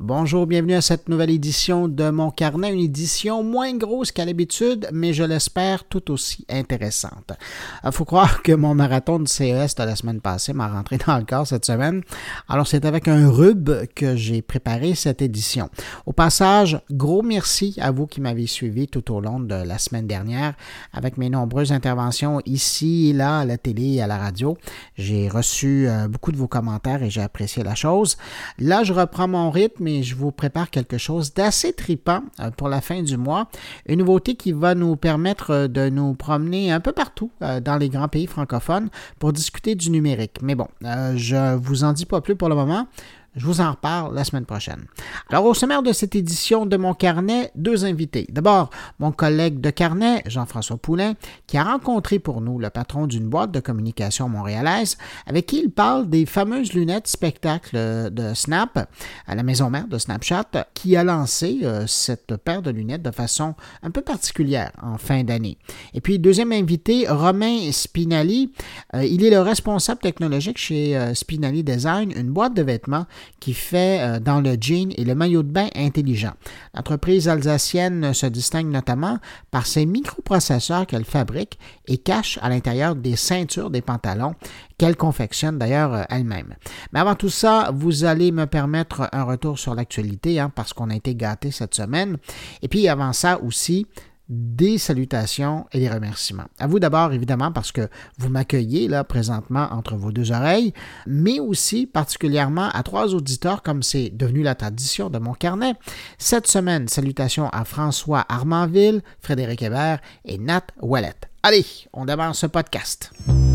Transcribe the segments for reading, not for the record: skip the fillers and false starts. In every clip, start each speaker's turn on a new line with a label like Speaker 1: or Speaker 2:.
Speaker 1: Bonjour, bienvenue à cette nouvelle édition de Mon Carnet, une édition moins grosse qu'à l'habitude, mais je l'espère tout aussi intéressante. Il faut croire que mon marathon de CES de la semaine passée m'a rentré dans le corps cette semaine. Alors c'est avec un rub que j'ai préparé cette édition. Au passage, gros merci à vous qui m'avez suivi tout au long de la semaine dernière avec mes nombreuses interventions ici et là à la télé et à la radio. J'ai reçu beaucoup de vos commentaires et j'ai apprécié la chose. Là, je reprends mon rythme et je vous prépare quelque chose d'assez tripant pour la fin du mois. Une nouveauté qui va nous permettre de nous promener un peu partout dans les grands pays francophones pour discuter du numérique. Mais bon, je vous en dis pas plus pour le moment. Je vous en reparle la semaine prochaine. Alors, au sommaire de cette édition de Mon Carnet, deux invités. D'abord, mon collègue de carnet, Jean-François Poulin, qui a rencontré pour nous le patron d'une boîte de communication montréalaise, avec qui il parle des fameuses lunettes spectacle de Snap, à la maison mère de Snapchat, qui a lancé cette paire de lunettes de façon un peu particulière en fin d'année. Et puis, deuxième invité, Romain Spinali. Il est le responsable technologique chez Spinali Design, une boîte de vêtements qui fait dans le jean et le maillot de bain intelligent. L'entreprise alsacienne se distingue notamment par ses microprocesseurs qu'elle fabrique et cache à l'intérieur des ceintures des pantalons qu'elle confectionne d'ailleurs elle-même. Mais avant tout ça, vous allez me permettre un retour sur l'actualité parce qu'on a été gâtés cette semaine. Et puis avant ça aussi, des salutations et des remerciements. À vous d'abord, évidemment, parce que vous m'accueillez là présentement entre vos deux oreilles, mais aussi particulièrement à trois auditeurs, comme c'est devenu la tradition de Mon Carnet. Cette semaine, salutations à François Armanville, Frédéric Hébert et Nat Ouellette. Allez, on démarre ce podcast.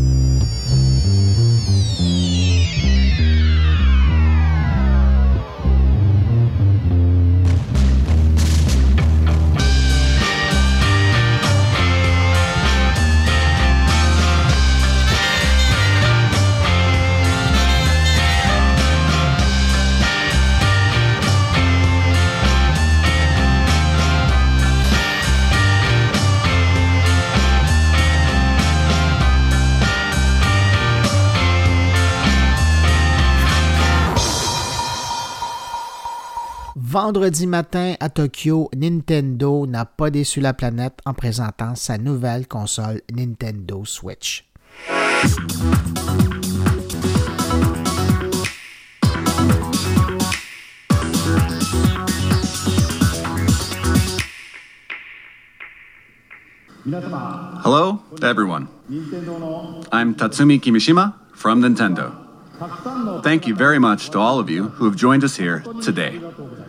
Speaker 1: Vendredi matin à Tokyo, Nintendo n'a pas déçu la planète en présentant sa nouvelle console Nintendo Switch.
Speaker 2: Hello, everyone. I'm Tatsumi Kimishima from Nintendo. Thank you very much to all of you who have joined us here today.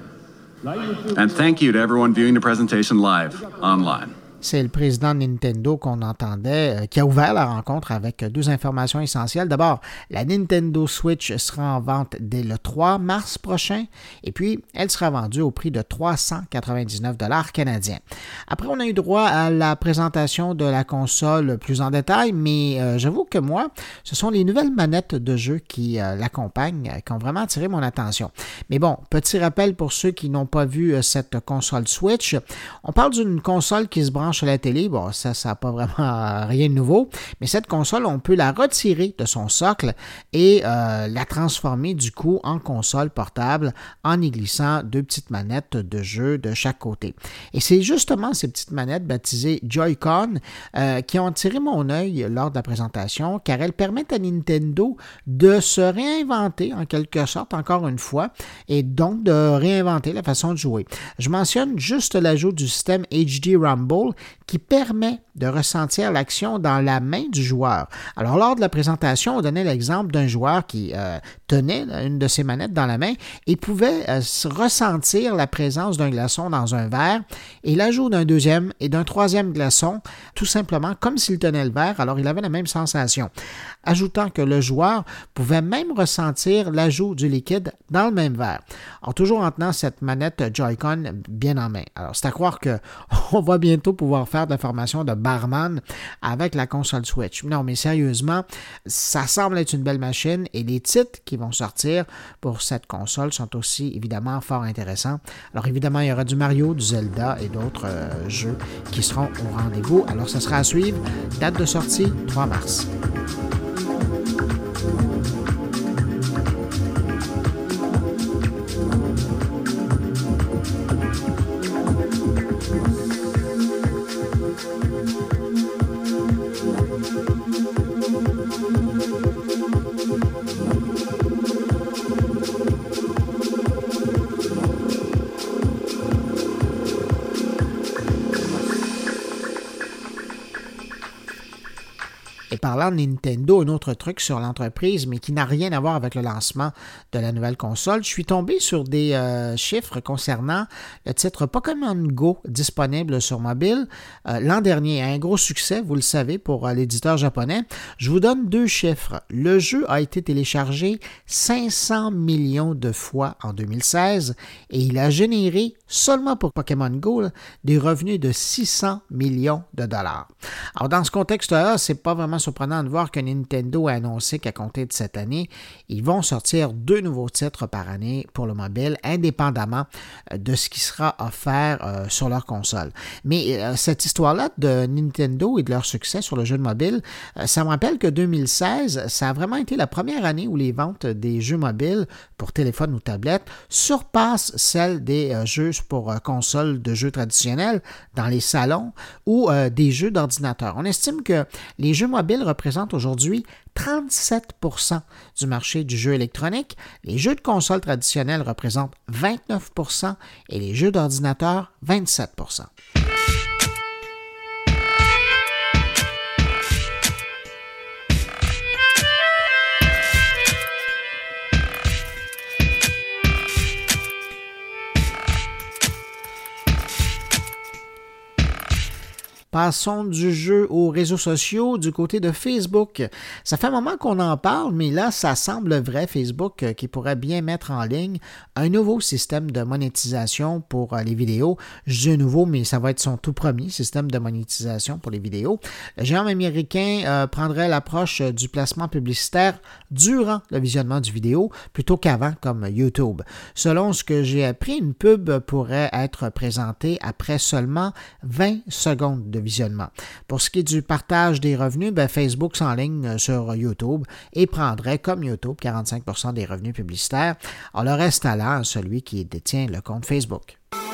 Speaker 2: And thank you to everyone viewing the presentation live online.
Speaker 1: C'est le président de Nintendo qu'on entendait, qui a ouvert la rencontre avec deux informations essentielles. D'abord, la Nintendo Switch sera en vente dès le 3 mars prochain et puis elle sera vendue au prix de 399 $ canadiens. Après, on a eu droit à la présentation de la console plus en détail, mais j'avoue que moi, ce sont les nouvelles manettes de jeu qui l'accompagnent, qui ont vraiment attiré mon attention. Mais bon, petit rappel pour ceux qui n'ont pas vu cette console Switch, on parle d'une console qui se branche à la télé, bon, ça n'a pas vraiment rien de nouveau, mais cette console, on peut la retirer de son socle et la transformer du coup en console portable en y glissant deux petites manettes de jeu de chaque côté. Et c'est justement ces petites manettes baptisées Joy-Con qui ont attiré mon œil lors de la présentation, car elles permettent à Nintendo de se réinventer en quelque sorte, encore une fois, et donc de réinventer la façon de jouer. Je mentionne juste l'ajout du système HD Rumble qui permet de ressentir l'action dans la main du joueur. Alors, lors de la présentation, on donnait l'exemple d'un joueur qui tenait une de ses manettes dans la main et pouvait ressentir la présence d'un glaçon dans un verre et l'ajout d'un deuxième et d'un troisième glaçon, tout simplement comme s'il tenait le verre, alors il avait la même sensation. Ajoutant que le joueur pouvait même ressentir l'ajout du liquide dans le même verre. Alors, toujours en tenant cette manette Joy-Con bien en main. Alors, c'est à croire qu'on va bientôt pouvoir faire de la formation de barman avec la console Switch. Non, mais sérieusement, ça semble être une belle machine et les titres qui vont sortir pour cette console sont aussi évidemment fort intéressants. Alors, évidemment, il y aura du Mario, du Zelda et d'autres jeux qui seront au rendez-vous. Alors, ça sera à suivre. Date de sortie, 3 mars. parlant de Nintendo, un autre truc sur l'entreprise, mais qui n'a rien à voir avec le lancement de la nouvelle console, je suis tombé sur des chiffres concernant le titre Pokémon Go disponible sur mobile. L'an dernier, un gros succès, vous le savez, pour l'éditeur japonais. Je vous donne 2 chiffres. Le jeu a été téléchargé 500 millions de fois en 2016 et il a généré, seulement pour Pokémon Go, des revenus de 600 millions de dollars. Alors, dans ce contexte-là, c'est pas vraiment surprenant de voir que Nintendo a annoncé qu'à compter de cette année, ils vont sortir 2 nouveaux titres par année pour le mobile, indépendamment de ce qui sera offert sur leur console. Mais cette histoire-là de Nintendo et de leur succès sur le jeu de mobile, ça me rappelle que 2016, ça a vraiment été la première année où les ventes des jeux mobiles pour téléphone ou tablette surpassent celles des jeux pour console de jeux traditionnels dans les salons ou des jeux d'ordinateur. On estime que les jeux mobiles représentent aujourd'hui 37% du marché du jeu électronique, les jeux de console traditionnels représentent 29% et les jeux d'ordinateur 27%. Passons du jeu aux réseaux sociaux du côté de Facebook. Ça fait un moment qu'on en parle, mais là, ça semble vrai, Facebook, qui pourrait bien mettre en ligne un nouveau système de monétisation pour les vidéos. Je dis nouveau, mais ça va être son tout premier système de monétisation pour les vidéos. Le géant américain prendrait l'approche du placement publicitaire durant le visionnement du vidéo plutôt qu'avant, comme YouTube. Selon ce que j'ai appris, une pub pourrait être présentée après seulement 20 secondes de visionnement. Pour ce qui est du partage des revenus, Facebook s'enligne sur YouTube et prendrait, comme YouTube, 45% des revenus publicitaires. Alors, le reste allant à celui qui détient le compte Facebook.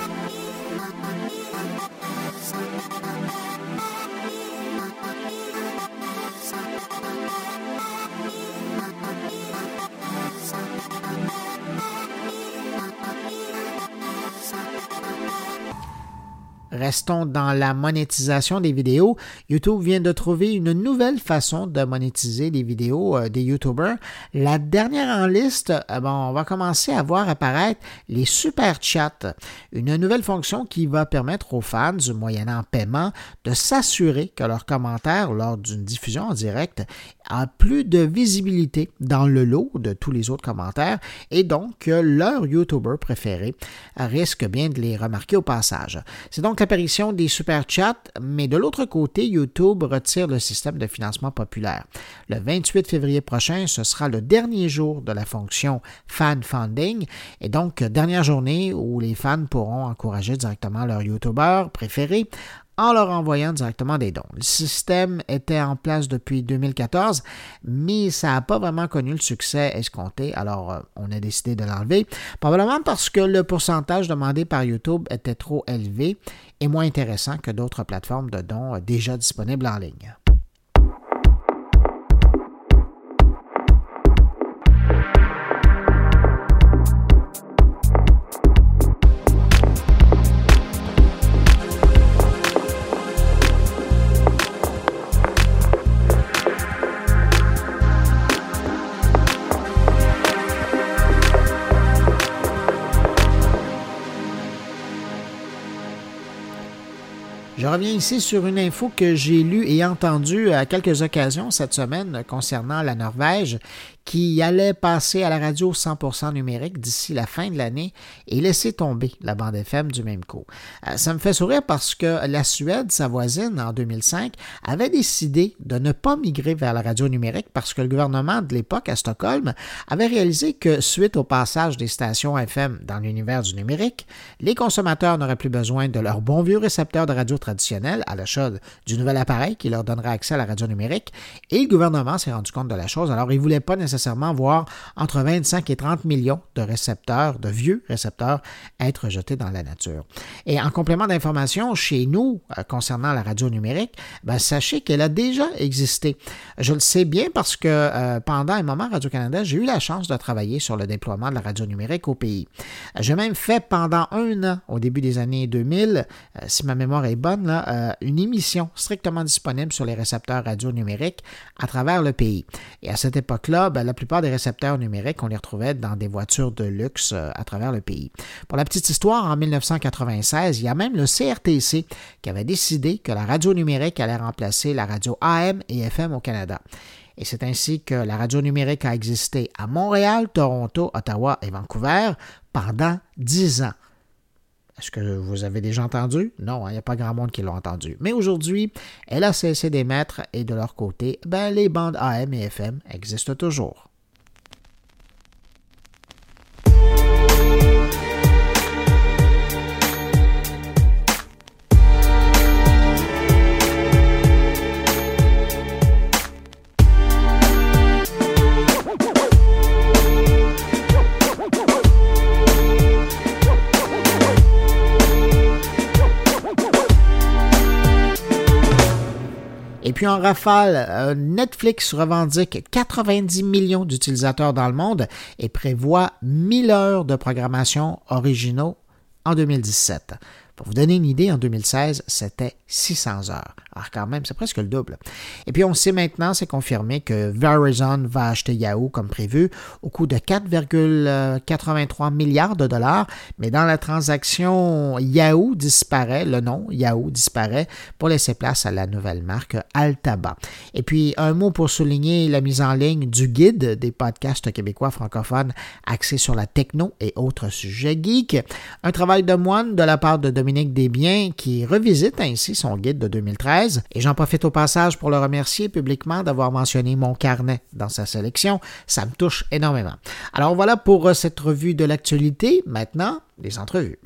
Speaker 1: Restons dans la monétisation des vidéos. YouTube vient de trouver une nouvelle façon de monétiser les vidéos des YouTubers. La dernière en liste, on va commencer à voir apparaître les super chats, une nouvelle fonction qui va permettre aux fans, moyennant paiement, de s'assurer que leurs commentaires lors d'une diffusion en direct a plus de visibilité dans le lot de tous les autres commentaires et donc que leur YouTuber préféré risque bien de les remarquer au passage. C'est donc l'apparition des super chats, mais de l'autre côté, YouTube retire le système de financement populaire. Le 28 février prochain, ce sera le dernier jour de la fonction Fan Funding et donc dernière journée où les fans pourront encourager directement leur YouTuber préféré en leur envoyant directement des dons. Le système était en place depuis 2014, mais ça n'a pas vraiment connu le succès escompté, alors on a décidé de l'enlever, probablement parce que le pourcentage demandé par YouTube était trop élevé et moins intéressant que d'autres plateformes de dons déjà disponibles en ligne. Je reviens ici sur une info que j'ai lue et entendue à quelques occasions cette semaine concernant la Norvège qui allait passer à la radio 100% numérique d'ici la fin de l'année et laisser tomber la bande FM du même coup. Ça me fait sourire parce que la Suède, sa voisine, en 2005, avait décidé de ne pas migrer vers la radio numérique parce que le gouvernement de l'époque à Stockholm avait réalisé que suite au passage des stations FM dans l'univers du numérique, les consommateurs n'auraient plus besoin de leur bon vieux récepteur de radio traditionnel à l'achat du nouvel appareil qui leur donnerait accès à la radio numérique et le gouvernement s'est rendu compte de la chose. Alors, il ne voulait pas nécessairement voir entre 25 et 30 millions de récepteurs, de vieux récepteurs, être jetés dans la nature. Et en complément d'information, chez nous, concernant la radio numérique, sachez qu'elle a déjà existé. Je le sais bien parce que pendant un moment, Radio-Canada, j'ai eu la chance de travailler sur le déploiement de la radio numérique au pays. J'ai même fait pendant 1 an, au début des années 2000, si ma mémoire est bonne, là, une émission strictement disponible sur les récepteurs radio numériques à travers le pays. Et à cette époque-là, la plupart des récepteurs numériques, on les retrouvait dans des voitures de luxe à travers le pays. Pour la petite histoire, en 1996, il y a même le CRTC qui avait décidé que la radio numérique allait remplacer la radio AM et FM au Canada. Et c'est ainsi que la radio numérique a existé à Montréal, Toronto, Ottawa et Vancouver pendant 10 ans. Est-ce que vous avez déjà entendu? Non, il n'y a pas grand monde qui l'a entendu. Mais aujourd'hui, elle a cessé d'émettre et de leur côté, les bandes AM et FM existent toujours. Et puis en rafale, Netflix revendique 90 millions d'utilisateurs dans le monde et prévoit 1000 heures de programmation originaux en 2017. Pour vous donner une idée, en 2016, c'était 600 heures. Alors quand même, c'est presque le double. Et puis on sait maintenant, c'est confirmé que Verizon va acheter Yahoo comme prévu au coût de 4,83 milliards de dollars. Mais dans la transaction, Yahoo disparaît, le nom Yahoo disparaît pour laisser place à la nouvelle marque Altaba. Et puis un mot pour souligner la mise en ligne du guide des podcasts québécois francophones axés sur la techno et autres sujets geeks. Un travail de moine de la part de Dominique Desbiens qui revisite ainsi son guide de 2013. Et j'en profite au passage pour le remercier publiquement d'avoir mentionné mon carnet dans sa sélection. Ça me touche énormément. Alors voilà pour cette revue de l'actualité. Maintenant, les entrevues.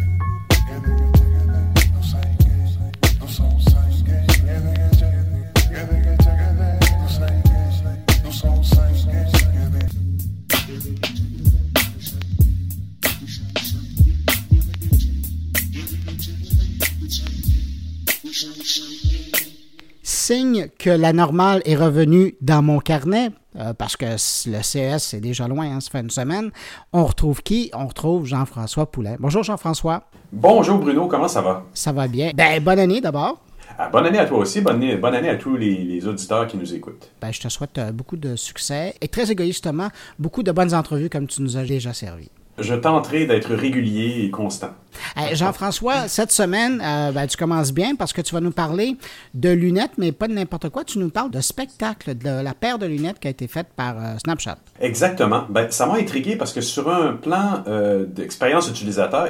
Speaker 1: Signe que la normale est revenue dans mon carnet, parce que le CES, c'est déjà loin, ça fait une semaine. On retrouve qui? On retrouve Jean-François Poulin. Bonjour Jean-François.
Speaker 3: Bonjour Bruno, comment ça va?
Speaker 1: Ça va bien. Bonne année d'abord.
Speaker 3: Bonne année à toi aussi, bonne année à tous les auditeurs qui nous écoutent.
Speaker 1: Je te souhaite beaucoup de succès et très égoïstement, beaucoup de bonnes entrevues comme tu nous as déjà servi.
Speaker 3: Je tenterai d'être régulier et constant.
Speaker 1: Jean-François, cette semaine, tu commences bien parce que tu vas nous parler de lunettes, mais pas de n'importe quoi. Tu nous parles de spectacle, de la paire de lunettes qui a été faite par Snapchat.
Speaker 3: Exactement. Ça m'a intrigué parce que sur un plan d'expérience utilisateur,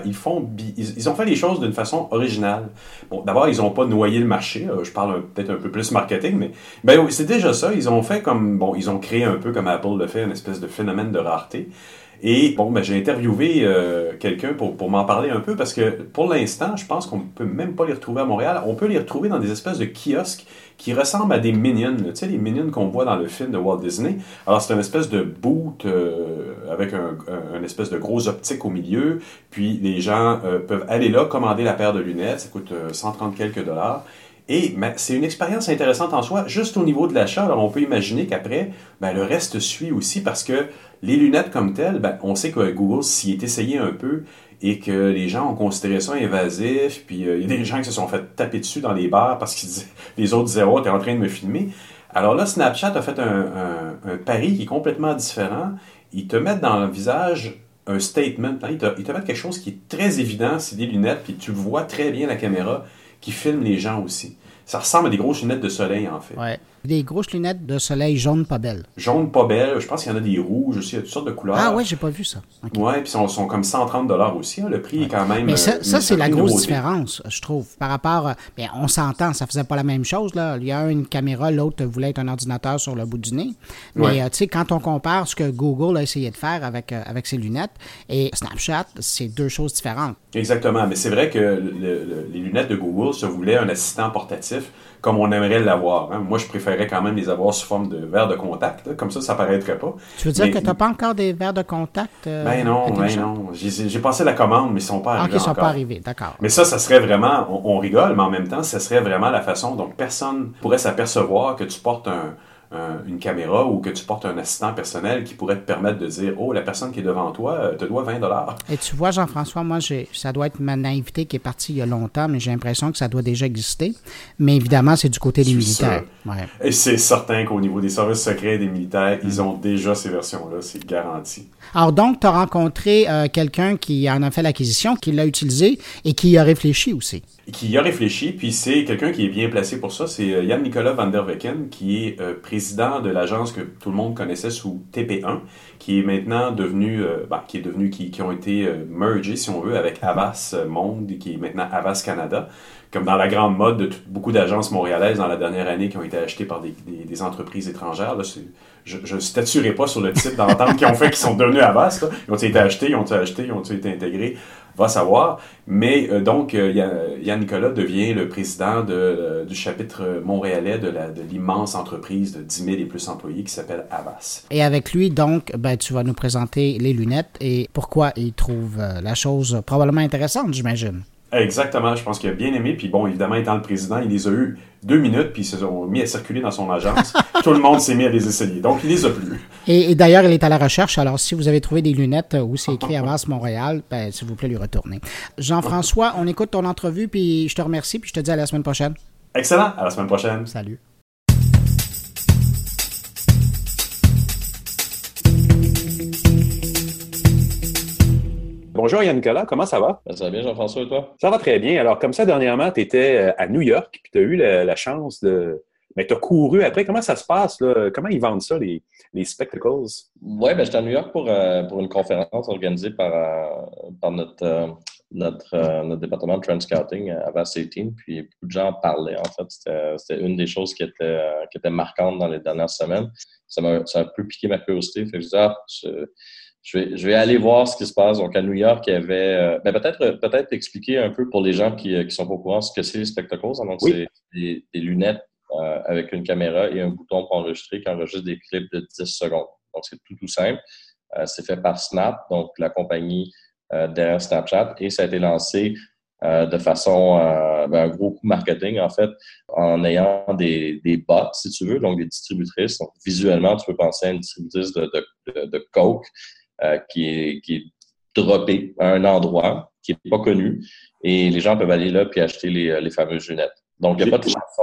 Speaker 3: ils ont fait les choses d'une façon originale. Bon, d'abord, ils n'ont pas noyé le marché. Je parle peut-être un peu plus marketing, mais c'est déjà ça. Ils ont fait ils ont créé un peu comme Apple le fait, une espèce de phénomène de rareté. Et j'ai interviewé quelqu'un pour m'en parler un peu parce que pour l'instant, je pense qu'on ne peut même pas les retrouver à Montréal. On peut les retrouver dans des espèces de kiosques qui ressemblent à des Minions. Tu sais, les Minions qu'on voit dans le film de Walt Disney. Alors, c'est une espèce de boot avec un espèce de gros optique au milieu. Puis, les gens peuvent aller là, commander la paire de lunettes. Ça coûte 130 quelques dollars. Et c'est une expérience intéressante en soi, juste au niveau de l'achat. Alors on peut imaginer qu'après, le reste suit aussi parce que les lunettes comme telles, on sait que Google s'y est essayé un peu et que les gens ont considéré ça invasif. Puis il y a des gens qui se sont fait taper dessus dans les bars parce que les autres disaient « Oh, t'es en train de me filmer ». Alors là, Snapchat a fait un pari qui est complètement différent. Ils te mettent dans le visage un statement. Ils te mettent quelque chose qui est très évident, c'est des lunettes, puis tu vois très bien la caméra qui filme les gens aussi. Ça ressemble à des grosses lunettes de soleil, en fait.
Speaker 1: Ouais. Des grosses lunettes de soleil jaune pas belles.
Speaker 3: Jaune pas belles. Je pense qu'il y en a des rouges aussi. Il y a toutes sortes de couleurs.
Speaker 1: Ah ouais, j'ai pas vu ça. Okay.
Speaker 3: Ouais, puis ils sont comme 130 $ aussi. Hein. Le prix est quand même...
Speaker 1: Mais ça c'est la grosse différence, je trouve. Par rapport... on s'entend, ça faisait pas la même chose. Là. Il y a une caméra, l'autre voulait être un ordinateur sur le bout du nez. Mais tu sais, quand on compare ce que Google a essayé de faire avec ses lunettes et Snapchat, c'est deux choses différentes.
Speaker 3: Exactement. Mais c'est vrai que les lunettes de Google se voulaient un assistant portatif comme on aimerait l'avoir. Hein. Moi, je préférais quand même les avoir sous forme de verre de contact. Là. Comme ça paraîtrait pas.
Speaker 1: Tu veux dire que tu n'as pas encore des verres de contact?
Speaker 3: Non. J'ai passé la commande, mais ils ne sont pas arrivés
Speaker 1: ils ne sont
Speaker 3: encore.
Speaker 1: pas arrivés, d'accord.
Speaker 3: Mais ça serait vraiment... On rigole, mais en même temps, ça serait vraiment la façon dont personne pourrait s'apercevoir que tu portes une caméra ou que tu portes un assistant personnel qui pourrait te permettre de dire « Oh, la personne qui est devant toi te doit 20 $. »
Speaker 1: Et tu vois, Jean-François, moi, ça doit être ma naïveté qui est partie il y a longtemps, mais j'ai l'impression que ça doit déjà exister. Mais évidemment, c'est du côté des militaires. Ouais.
Speaker 3: Et c'est certain qu'au niveau des services secrets et des militaires, ils ont déjà ces versions-là, c'est garanti.
Speaker 1: Alors donc, tu as rencontré quelqu'un qui en a fait l'acquisition, qui l'a utilisé et qui y a réfléchi aussi.
Speaker 3: Qui y a réfléchi, puis c'est quelqu'un qui est bien placé pour ça, c'est Jan-Nicolas van der Wecken, qui est président de l'agence que tout le monde connaissait sous TP1, qui est maintenant devenu, qui ont été mergés, si on veut, avec Havas Monde, qui est maintenant Havas Canada, comme dans la grande mode de beaucoup d'agences montréalaises dans la dernière année qui ont été achetées par des entreprises étrangères. Là, je ne statuerai pas sur le type d'entente qu'ils ont fait, qu'ils sont devenus Havas. Là. Ils ont été achetés, ils ont été intégrés, va savoir. Mais donc, Jan-Nicolas devient le président du chapitre montréalais de l'immense entreprise de 10 000 et plus employés qui s'appelle Havas.
Speaker 1: Et avec lui, donc, tu vas nous présenter les lunettes et pourquoi il trouve la chose probablement intéressante, j'imagine.
Speaker 3: Exactement, je pense qu'il a bien aimé. Puis bon, évidemment, étant le président, il les a eu 2 minutes, puis ils se sont mis à circuler dans son agence. Tout le monde s'est mis à les essayer. Donc, il les a plus.
Speaker 1: Et d'ailleurs, il est à la recherche. Alors, si vous avez trouvé des lunettes où c'est écrit Havas Montréal, s'il vous plaît, lui retournez. Jean-François, on écoute ton entrevue, puis je te remercie, puis je te dis à la semaine prochaine.
Speaker 3: Excellent. À la semaine prochaine.
Speaker 1: Salut.
Speaker 4: Bonjour Yann-Nicolas, comment ça va?
Speaker 5: Ça va bien Jean-François et toi?
Speaker 4: Ça va très bien. Alors comme ça, dernièrement, tu étais à New York puis tu as eu la chance de... Mais tu as couru après. Comment ça se passe, là? Comment ils vendent ça, les spectacles?
Speaker 5: Oui, j'étais à New York pour une conférence organisée par notre département de Trend Scouting à Havas 18. Puis beaucoup de gens en parlaient, en fait. C'était une des choses qui était marquante dans les dernières semaines. Ça a un peu piqué ma curiosité. Fait que je disais, je vais aller voir ce qui se passe. Donc, à New York, il y avait... peut-être expliquer un peu pour les gens qui sont pas au courant ce que c'est les spectacles. Donc,
Speaker 4: oui.
Speaker 5: C'est des lunettes avec une caméra et un bouton pour enregistrer qui enregistre des clips de 10 secondes. Donc, c'est tout simple. C'est fait par Snap, donc la compagnie derrière Snapchat. Et ça a été lancé de façon... un gros coup marketing, en fait, en ayant des bots, si tu veux, donc des distributrices. Donc, visuellement, tu peux penser à une distributrice de Coke qui est droppé à un endroit qui n'est pas connu et les gens peuvent aller là puis acheter les fameuses lunettes. Donc, il n'y a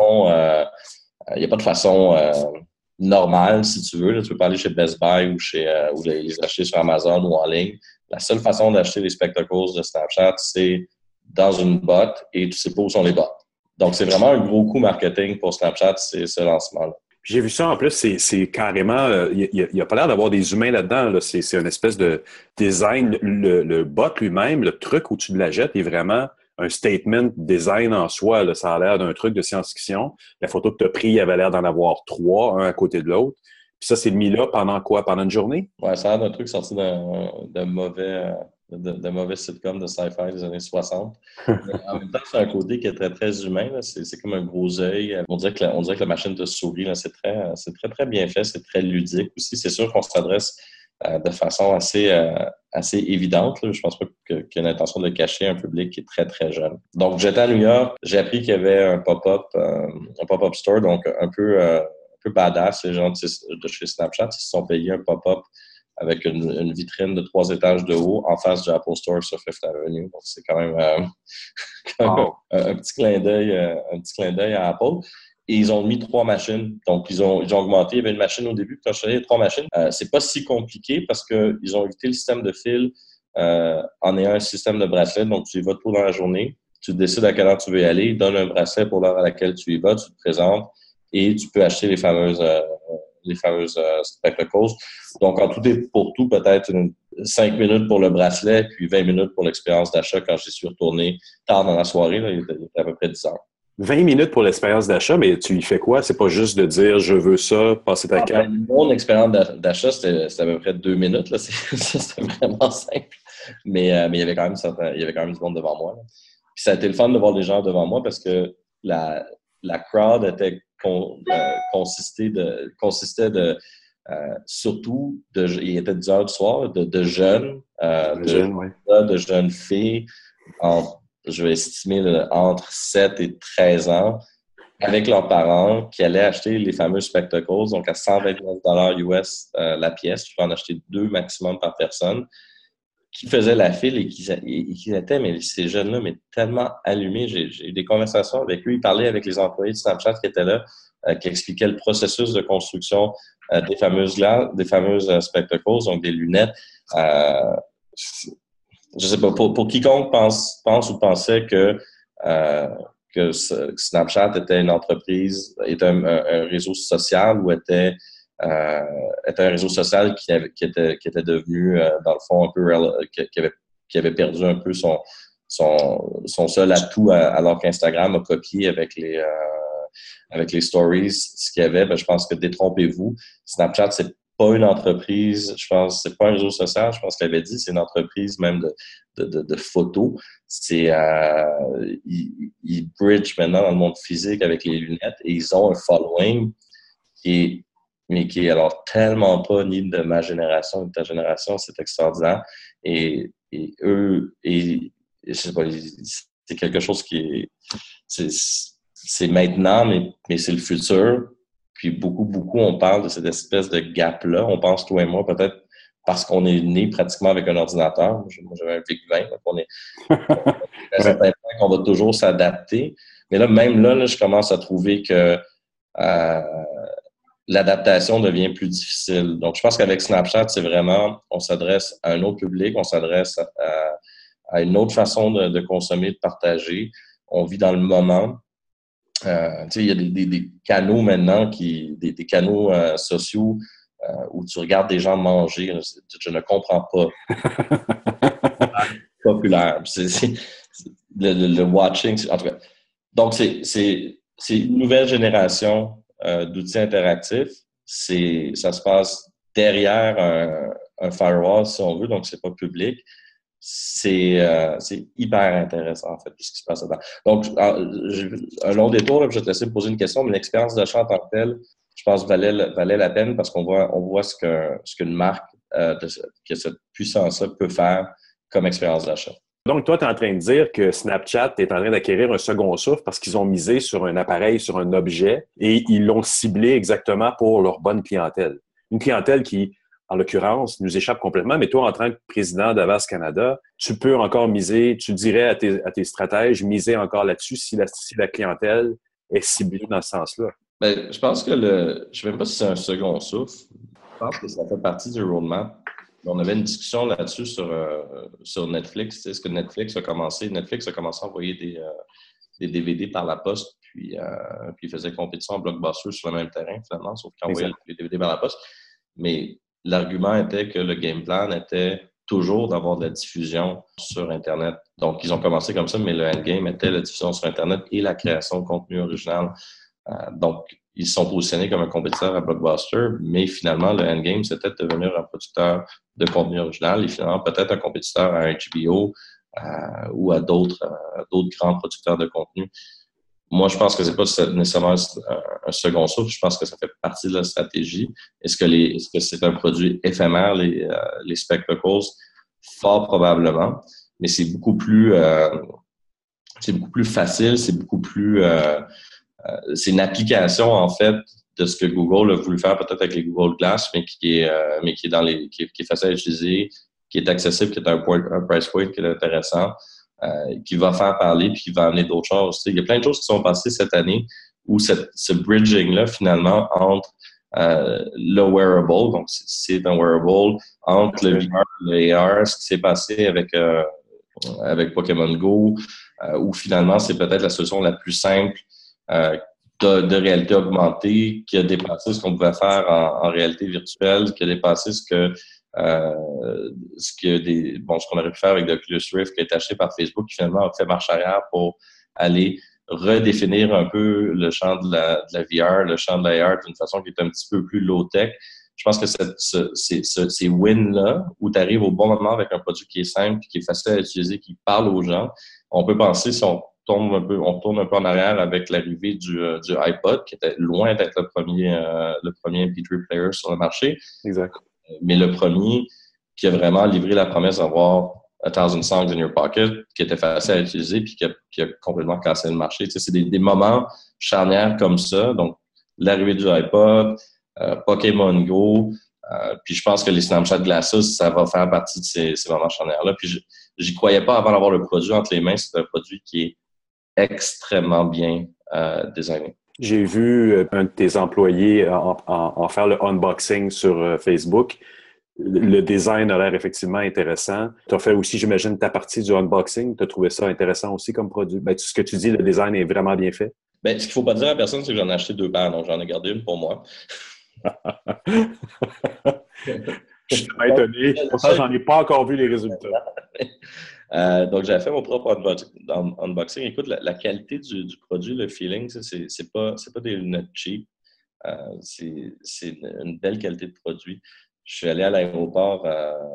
Speaker 5: pas de façon normale, si tu veux. Là, tu peux pas aller chez Best Buy ou les acheter sur Amazon ou en ligne. La seule façon d'acheter les spectacles de Snapchat, c'est dans une bot et tu sais pas où sont les bots. Donc, c'est vraiment un gros coup marketing pour Snapchat, c'est ce lancement-là.
Speaker 4: J'ai vu ça, en plus, c'est carrément... Il n'y a pas l'air d'avoir des humains là-dedans. Là. C'est une espèce de design. Le bot lui-même, le truc où tu la jettes est vraiment un statement design en soi. Là. Ça a l'air d'un truc de science-fiction. La photo que tu as prise avait l'air d'en avoir 3, un à côté de l'autre. Puis ça, c'est mis là pendant quoi? Pendant une journée?
Speaker 5: Ouais, ça a l'air d'un truc sorti d'un mauvais sitcom de sci-fi des années 60. Mais en même temps, c'est un côté qui est très, très humain. Là. C'est comme un gros œil. On dirait que la machine te sourit. Là. C'est très, très bien fait. C'est très ludique aussi. C'est sûr qu'on s'adresse de façon assez évidente. Là. Je pense pas qu'il y a une intention de cacher un public qui est très, très jeune. Donc, j'étais à New York. J'ai appris qu'il y avait un pop-up store, donc un peu badass. Les gens de chez Snapchat, ils se sont payés un pop-up avec une vitrine de 3 étages de haut en face du Apple Store sur Fifth Avenue. Donc, c'est quand même un petit clin d'œil à Apple. Et ils ont mis 3 machines. Donc, ils ont augmenté. Il y avait une machine au début. Quand je suis allé, 3 machines. C'est pas si compliqué parce qu'ils ont évité le système de fil en ayant un système de bracelet. Donc, tu y vas tôt dans la journée. Tu décides à quelle heure tu veux y aller. Ils donnent un bracelet pour l'heure à laquelle tu y vas. Tu te présentes et tu peux acheter les fameuses spectacles. Donc, en tout et pour tout, peut-être 5 minutes pour le bracelet, puis 20 minutes pour l'expérience d'achat quand j'y suis retourné tard dans la soirée. Là, il était à peu près 10 heures.
Speaker 4: 20 minutes pour l'expérience d'achat, mais tu y fais quoi? C'est pas juste de dire « je veux ça », passer ta carte?
Speaker 5: Mon expérience d'achat, c'était à peu près 2 minutes. Là. C'était vraiment simple. Mais il y avait quand même du monde devant moi. Là. Puis ça a été le fun de voir les gens devant moi parce que la crowd était consistait de surtout il était 10 heures du soir, de jeunes, de jeunes filles, je vais estimer entre 7 et 13 ans, avec leurs parents qui allaient acheter les fameux spectacles, donc à 129$ US la pièce. Tu peux en acheter 2 maximum par personne, qui faisaient la file et qui étaient, mais ces jeunes-là, mais tellement allumés. J'ai eu des conversations avec eux. Ils parlaient avec les employés de Snapchat qui étaient là, qui expliquaient le processus de construction des fameuses spectacles, donc des lunettes. Je sais pas, pour quiconque pense ou pensait que Snapchat était une entreprise, était un réseau social ou était un réseau social qui était devenu, dans le fond, un peu qui avait perdu un peu son seul atout, alors qu'Instagram a copié avec les stories ce qu'il y avait. Ben, je pense que détrompez-vous. Snapchat, c'est pas une entreprise, je pense, c'est pas un réseau social, je pense qu'il avait dit, c'est une entreprise même de photos. Ils bridge maintenant dans le monde physique avec les lunettes et ils ont un following mais qui est alors tellement pas ni de ma génération ni de ta génération, c'est extraordinaire. Et eux, je sais pas, c'est quelque chose qui c'est maintenant, mais c'est le futur. Puis beaucoup, on parle de cette espèce de gap-là. On pense, toi et moi, peut-être parce qu'on est né pratiquement avec un ordinateur. Moi, j'avais un VIC-20, donc on est à un certain point qu'on va toujours s'adapter. Mais là, même là, je commence à trouver que l'adaptation devient plus difficile. Donc, je pense qu'avec Snapchat, c'est vraiment, on s'adresse à un autre public, on s'adresse à une autre façon de consommer, de partager. On vit dans le moment. Il y a des canaux maintenant, des canaux sociaux où tu regardes des gens manger. Je ne comprends pas. Populaire. Le watching. En tout cas. Donc, c'est une nouvelle génération d'outils interactifs. Ça se passe derrière un firewall, si on veut, donc c'est pas public. C'est hyper intéressant, en fait, tout ce qui se passe là-dedans. Donc, un long détour, là, je vais te laisser me poser une question, mais l'expérience d'achat en tant que telle, je pense, valait la peine parce qu'on voit ce qu'une marque que cette puissance-là peut faire comme expérience d'achat.
Speaker 4: Donc, toi, tu es en train de dire que Snapchat est en train d'acquérir un second souffle parce qu'ils ont misé sur un appareil, sur un objet, et ils l'ont ciblé exactement pour leur bonne clientèle. Une clientèle qui, en l'occurrence, nous échappe complètement, mais toi, en tant que président d'Avast Canada, tu peux encore miser, tu dirais à tes stratèges, miser encore là-dessus si la clientèle est ciblée dans ce sens-là.
Speaker 5: Ben, je pense que je ne sais même pas si c'est un second souffle. Je pense que ça fait partie du roadmap. On avait une discussion là-dessus sur Netflix. Est-ce que Netflix a commencé à envoyer des DVD par la poste, puis il faisait compétition en blockbuster sur le même terrain, finalement, sauf qu'il envoyait les DVD par la poste. Mais l'argument était que le game plan était toujours d'avoir de la diffusion sur Internet. Donc, ils ont commencé comme ça, mais le endgame était la diffusion sur Internet et la création de contenu original. Donc, ils se sont positionnés comme un compétiteur à Blockbuster, mais finalement, le endgame, c'était de devenir un producteur de contenu original et finalement, peut-être un compétiteur à HBO ou à d'autres grands producteurs de contenu. Moi, je pense que c'est pas nécessairement un second souffle. Je pense que ça fait partie de la stratégie. Est-ce que c'est un produit éphémère, les spectacles? Fort probablement. Mais c'est beaucoup plus facile, c'est beaucoup plus c'est une application, en fait, de ce que Google a voulu faire peut-être avec les Google Glass, mais qui est facile à utiliser, qui est accessible, qui est un price point qui est intéressant, qui va faire parler puis qui va amener d'autres choses. Il y a plein de choses qui sont passées cette année où ce bridging-là, finalement, entre le wearable, donc c'est un wearable, entre le VR et le AR, ce qui s'est passé avec Pokémon Go, où finalement, c'est peut-être la solution la plus simple de réalité augmentée, qui a dépassé ce qu'on pouvait faire en réalité virtuelle, qui a dépassé ce qu'on aurait pu faire avec l'Oculus Rift qui a été acheté par Facebook, qui finalement a fait marche arrière pour aller redéfinir un peu le champ de la VR, le champ de l'AR d'une façon qui est un petit peu plus low-tech. Je pense que ces wins-là, où tu arrives au bon moment avec un produit qui est simple, qui est facile à utiliser, qui parle aux gens, on peut penser, si on tourne un peu en arrière avec l'arrivée du iPod, qui était loin d'être le premier MP3 player sur le marché.
Speaker 4: Exact.
Speaker 5: Mais le premier qui a vraiment livré la promesse d'avoir A Thousand Songs in Your Pocket, qui était facile à utiliser puis qui a complètement cassé le marché. Tu sais, c'est des moments charnières comme ça. Donc, l'arrivée du iPod, Pokémon Go, puis je pense que les Snapchat Glasses, ça va faire partie de ces moments charnières-là. Puis j'y croyais pas avant d'avoir le produit entre les mains. C'est un produit qui est extrêmement bien designé.
Speaker 4: J'ai vu un de tes employés en faire le unboxing sur Facebook. Le design a l'air effectivement intéressant. Tu as fait aussi, j'imagine, ta partie du unboxing. Tu as trouvé ça intéressant aussi comme produit. Ben, ce que tu dis, le design est vraiment bien fait.
Speaker 5: Ben, ce qu'il ne faut pas dire à personne, c'est que j'en ai acheté 2 paires. Donc, j'en ai gardé une pour moi.
Speaker 4: Je suis étonné. Pour ça, j'en ai pas encore vu les résultats.
Speaker 5: Donc, j'avais fait mon propre unboxing. Écoute, la qualité du produit, le feeling, c'est pas des lunettes cheap. C'est une belle qualité de produit. Je suis allé à l'aéroport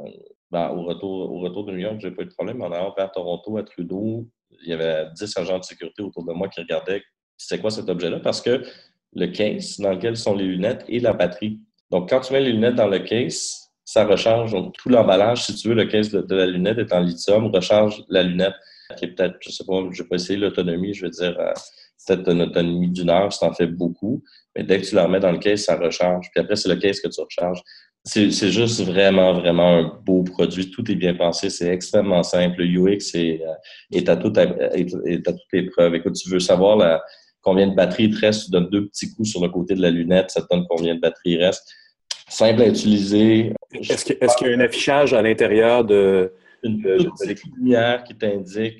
Speaker 5: au retour de New York, j'ai pas eu de problème. En allant vers Toronto, à Trudeau, il y avait 10 agents de sécurité autour de moi qui regardaient c'est quoi cet objet-là, parce que le case dans lequel sont les lunettes et la batterie. Donc, quand tu mets les lunettes dans le case, ça recharge. Donc, tout l'emballage, si tu veux, le case de la lunette est en lithium, recharge la lunette. Qui est peut-être, je sais pas, je vais pas essayer l'autonomie, je veux dire, peut-être une autonomie d'1 heure si tu en fais beaucoup. Mais dès que tu la remets dans le case, ça recharge. Puis après, c'est le case que tu recharges. C'est juste vraiment, vraiment un beau produit. Tout est bien pensé. C'est extrêmement simple. Le UX est à toute épreuve. Écoute, tu veux savoir combien de batterie il te reste, tu donnes 2 petits coups sur le côté de la lunette, ça te donne combien de batterie il reste. Simple à utiliser.
Speaker 4: Est-ce qu'il y a un affichage à l'intérieur de
Speaker 5: une petite lumière qui t'indique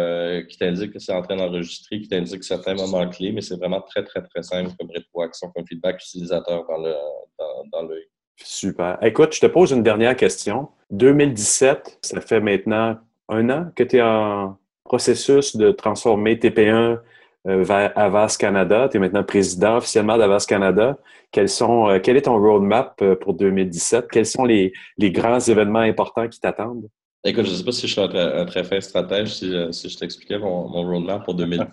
Speaker 5: que c'est en train d'enregistrer, qui t'indique certains moments clés, mais c'est vraiment très, très, très simple comme rétroaction, comme feedback utilisateur dans l'œil.
Speaker 4: Super. Écoute, je te pose une dernière question. 2017, ça fait maintenant 1 an que tu es en processus de transformer TP1 vers Avast Canada. Tu es maintenant président officiellement d'Avast Canada. Quel est ton roadmap pour 2017? Quels sont les grands événements importants qui t'attendent?
Speaker 5: Écoute, je ne sais pas si je suis un très fin stratège, si je t'expliquais mon roadmap pour 2017.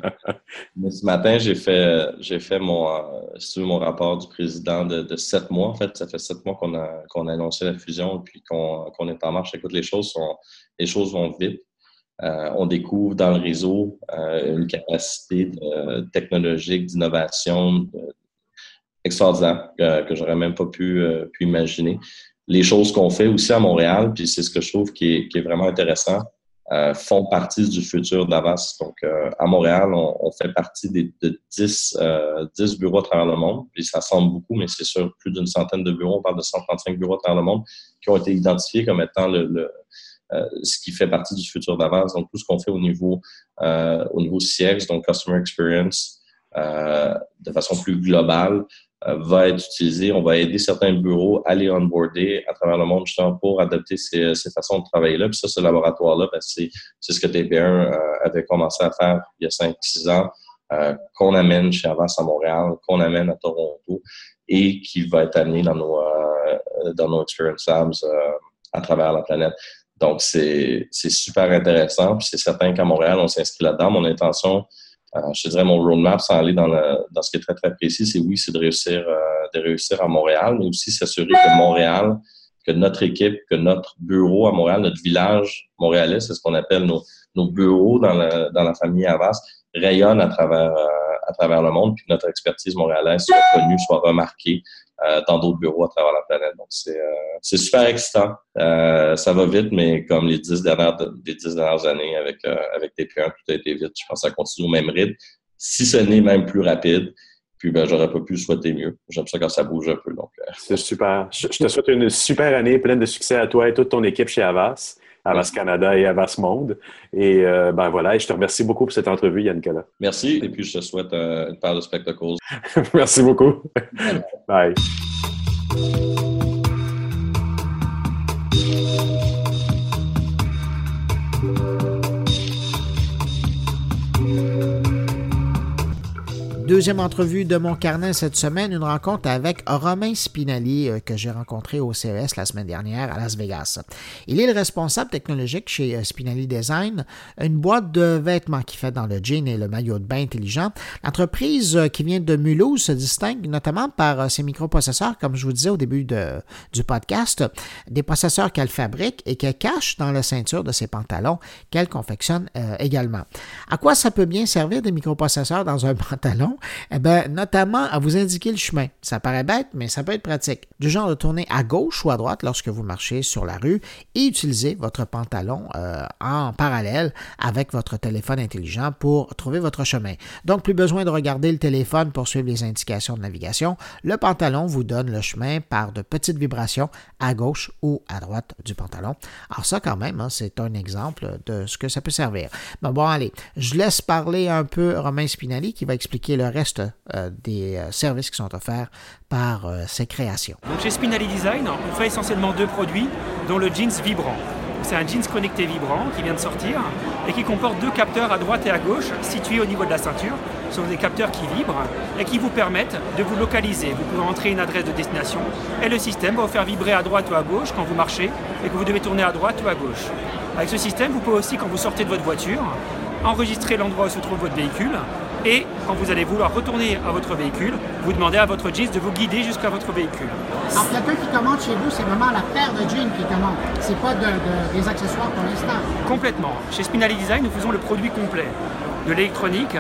Speaker 5: Mais ce matin, j'ai fait mon rapport du président de 7 mois. En fait, ça fait 7 mois qu'on a annoncé la fusion et puis qu'on est en marche. Écoute, les choses vont vite. On découvre dans le réseau une capacité technologique, d'innovation extraordinaire que j'aurais même pas pu imaginer. Les choses qu'on fait aussi à Montréal, puis c'est ce que je trouve qui est vraiment intéressant, font partie du futur d'Avast. Donc, à Montréal, on fait partie de 10 bureaux à travers le monde. Puis ça semble beaucoup, mais c'est sur plus d'une centaine de bureaux. On parle de 135 bureaux à travers le monde qui ont été identifiés comme étant ce qui fait partie du futur d'Avast. Donc, tout ce qu'on fait au niveau CX, donc Customer Experience, de façon plus globale, va être utilisé. On va aider certains bureaux à les onboarder à travers le monde justement pour adopter ces façons de travailler là. Puis ça, ce laboratoire-là, c'est ce que TP1 avait commencé à faire il y a 5-6 ans, qu'on amène chez Avast à Montréal, qu'on amène à Toronto et qui va être amené dans nos Experience Labs à travers la planète. Donc, c'est super intéressant. Puis c'est certain qu'à Montréal, on s'inscrit là-dedans. Mon intention, je te dirais, mon roadmap, sans aller dans ce qui est très, très précis, c'est de réussir à Montréal, mais aussi s'assurer que Montréal, que notre équipe, que notre bureau à Montréal, notre village montréalais, c'est ce qu'on appelle nos bureaux dans la famille Avast, rayonnent à travers le monde, puis que notre expertise montréalaise soit connue, soit remarquée dans d'autres bureaux à travers la planète. Donc, c'est super excitant. Ça va vite, mais comme les 10 dernières années avec TP1, tout a été vite. Je pense que ça continue au même rythme, si ce n'est même plus rapide. Puis, j'aurais pas pu souhaiter mieux. J'aime ça quand ça bouge un peu. Donc,
Speaker 4: c'est super. Je te souhaite une super année pleine de succès à toi et toute ton équipe chez Avast Canada et Avast Monde. Et voilà, et je te remercie beaucoup pour cette entrevue, Yann-Nicolas.
Speaker 5: Merci, et puis je te souhaite une paire de spectacles.
Speaker 4: Merci beaucoup. Bye.
Speaker 1: Deuxième entrevue de mon carnet cette semaine, une rencontre avec Romain Spinelli que j'ai rencontré au CES la semaine dernière à Las Vegas. Il est le responsable technologique chez Spinelli Design, une boîte de vêtements qui fait dans le jean et le maillot de bain intelligent. L'entreprise qui vient de Mulhouse se distingue notamment par ses microprocesseurs, comme je vous disais au début du podcast, des processeurs qu'elle fabrique et qu'elle cache dans la ceinture de ses pantalons qu'elle confectionne également. À quoi ça peut bien servir des microprocesseurs dans un pantalon? Eh bien, notamment à vous indiquer le chemin. Ça paraît bête, mais ça peut être pratique. Du genre de tourner à gauche ou à droite lorsque vous marchez sur la rue et utiliser votre pantalon en parallèle avec votre téléphone intelligent pour trouver votre chemin. Donc, plus besoin de regarder le téléphone pour suivre les indications de navigation. Le pantalon vous donne le chemin par de petites vibrations à gauche ou à droite du pantalon. Alors ça, quand même, c'est un exemple de ce que ça peut servir. Mais bon, allez, je laisse parler un peu Romain Spinelli qui va expliquer le reste des services qui sont offerts par ces créations.
Speaker 6: Donc chez Spinelli Design, on fait essentiellement deux produits, dont le jeans vibrant. C'est un jeans connecté vibrant qui vient de sortir et qui comporte deux capteurs à droite et à gauche situés au niveau de la ceinture. Ce sont des capteurs qui vibrent et qui vous permettent de vous localiser. Vous pouvez entrer une adresse de destination et le système va vous faire vibrer à droite ou à gauche quand vous marchez et que vous devez tourner à droite ou à gauche. Avec ce système, vous pouvez aussi, quand vous sortez de votre voiture, enregistrer l'endroit où se trouve votre véhicule et quand vous allez vouloir retourner à votre véhicule, vous demandez à votre jeans de vous guider jusqu'à votre véhicule.
Speaker 1: Alors, quelqu'un qui commande chez vous, c'est vraiment la paire de jeans qui commande. C'est pas des accessoires pour l'instant.
Speaker 6: Complètement. Chez Spinelli Design, nous faisons le produit complet. De l'électronique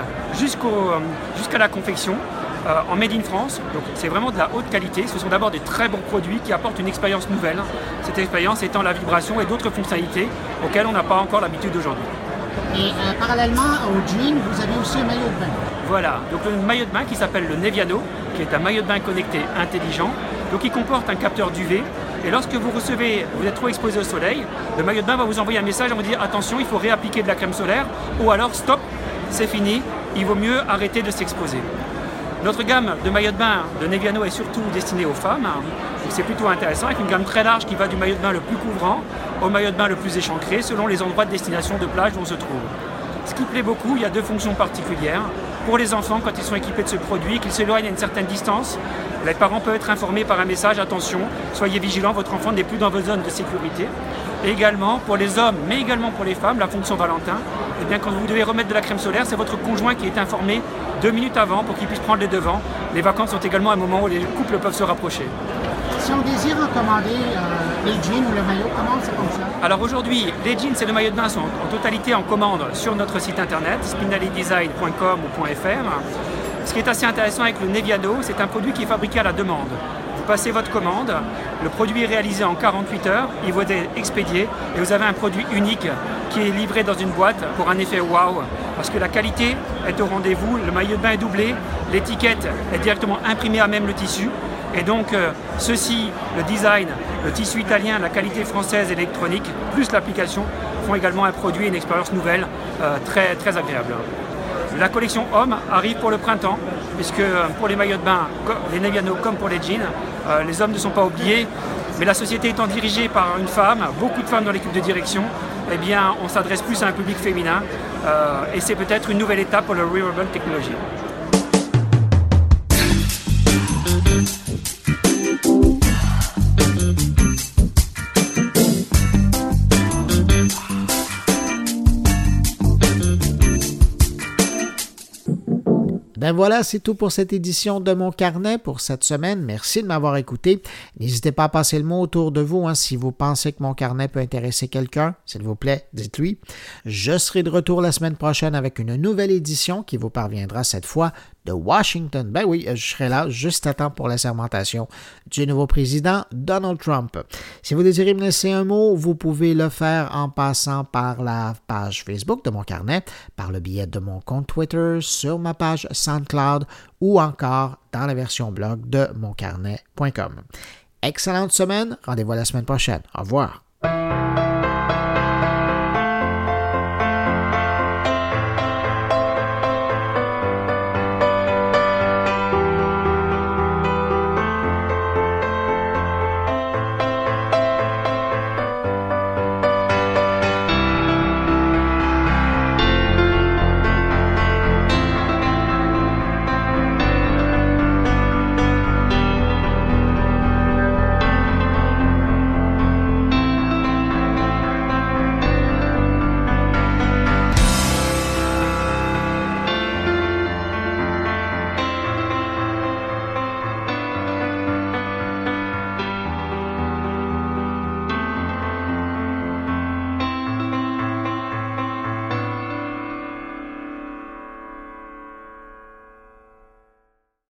Speaker 6: jusqu'à la confection en Made in France. Donc c'est vraiment de la haute qualité. Ce sont d'abord des très bons produits qui apportent une expérience nouvelle. Cette expérience étant la vibration et d'autres fonctionnalités auxquelles on n'a pas encore l'habitude aujourd'hui.
Speaker 1: Et parallèlement au jean, vous avez aussi un maillot de bain.
Speaker 6: Voilà, donc le maillot de bain qui s'appelle le Neviano, qui est un maillot de bain connecté intelligent, donc il comporte un capteur d'UV. Et lorsque vous êtes trop exposé au soleil, le maillot de bain va vous envoyer un message en vous dire attention, il faut réappliquer de la crème solaire, ou alors stop, c'est fini, il vaut mieux arrêter de s'exposer. Notre gamme de maillots de bain de Neviano est surtout destinée aux femmes, donc c'est plutôt intéressant, avec une gamme très large qui va du maillot de bain le plus couvrant au maillot de bain le plus échancré, selon les endroits de destination de plage où on se trouve. Ce qui plaît beaucoup, il y a deux fonctions particulières. Pour les enfants, quand ils sont équipés de ce produit, qu'ils s'éloignent à une certaine distance, les parents peuvent être informés par un message, attention, soyez vigilants, votre enfant n'est plus dans vos zones de sécurité. Et également pour les hommes, mais également pour les femmes, la fonction Valentin, eh bien, quand vous devez remettre de la crème solaire, c'est votre conjoint qui est informé 2 minutes avant pour qu'il puisse prendre les devants. Les vacances sont également un moment où les couples peuvent se rapprocher.
Speaker 1: Si on désire recommander les jeans ou le maillot, comment ça fonctionne?
Speaker 6: Alors aujourd'hui, les jeans et le maillot de bain sont en totalité en commande sur notre site internet, spinellidesign.com ou .fr. Ce qui est assez intéressant avec le Neviano, c'est un produit qui est fabriqué à la demande. Vous passez votre commande, le produit est réalisé en 48 heures, il vous est expédié et vous avez un produit unique qui est livré dans une boîte pour un effet wow, parce que la qualité est au rendez-vous, le maillot de bain est doublé, l'étiquette est directement imprimée à même le tissu. Et donc, ceci, le design, le tissu italien, la qualité française et l'électronique, plus l'application, font également un produit et une expérience nouvelle très, très agréable. La collection homme arrive pour le printemps, puisque pour les maillots de bain, les Neviano comme pour les jeans, les hommes ne sont pas oubliés, mais la société étant dirigée par une femme, beaucoup de femmes dans l'équipe de direction, eh bien, on s'adresse plus à un public féminin, et c'est peut-être une nouvelle étape pour le Wearable Technology.
Speaker 1: Ben voilà, c'est tout pour cette édition de mon carnet pour cette semaine. Merci de m'avoir écouté. N'hésitez pas à passer le mot autour de vous si vous pensez que mon carnet peut intéresser quelqu'un. S'il vous plaît, dites-lui. Je serai de retour la semaine prochaine avec une nouvelle édition qui vous parviendra cette fois de Washington. Ben oui, je serai là juste à temps pour la sermentation du nouveau président Donald Trump. Si vous désirez me laisser un mot, vous pouvez le faire en passant par la page Facebook de mon carnet, par le biais de mon compte Twitter, sur ma page SoundCloud ou encore dans la version blog de moncarnet.com. Excellente semaine, rendez-vous la semaine prochaine. Au revoir.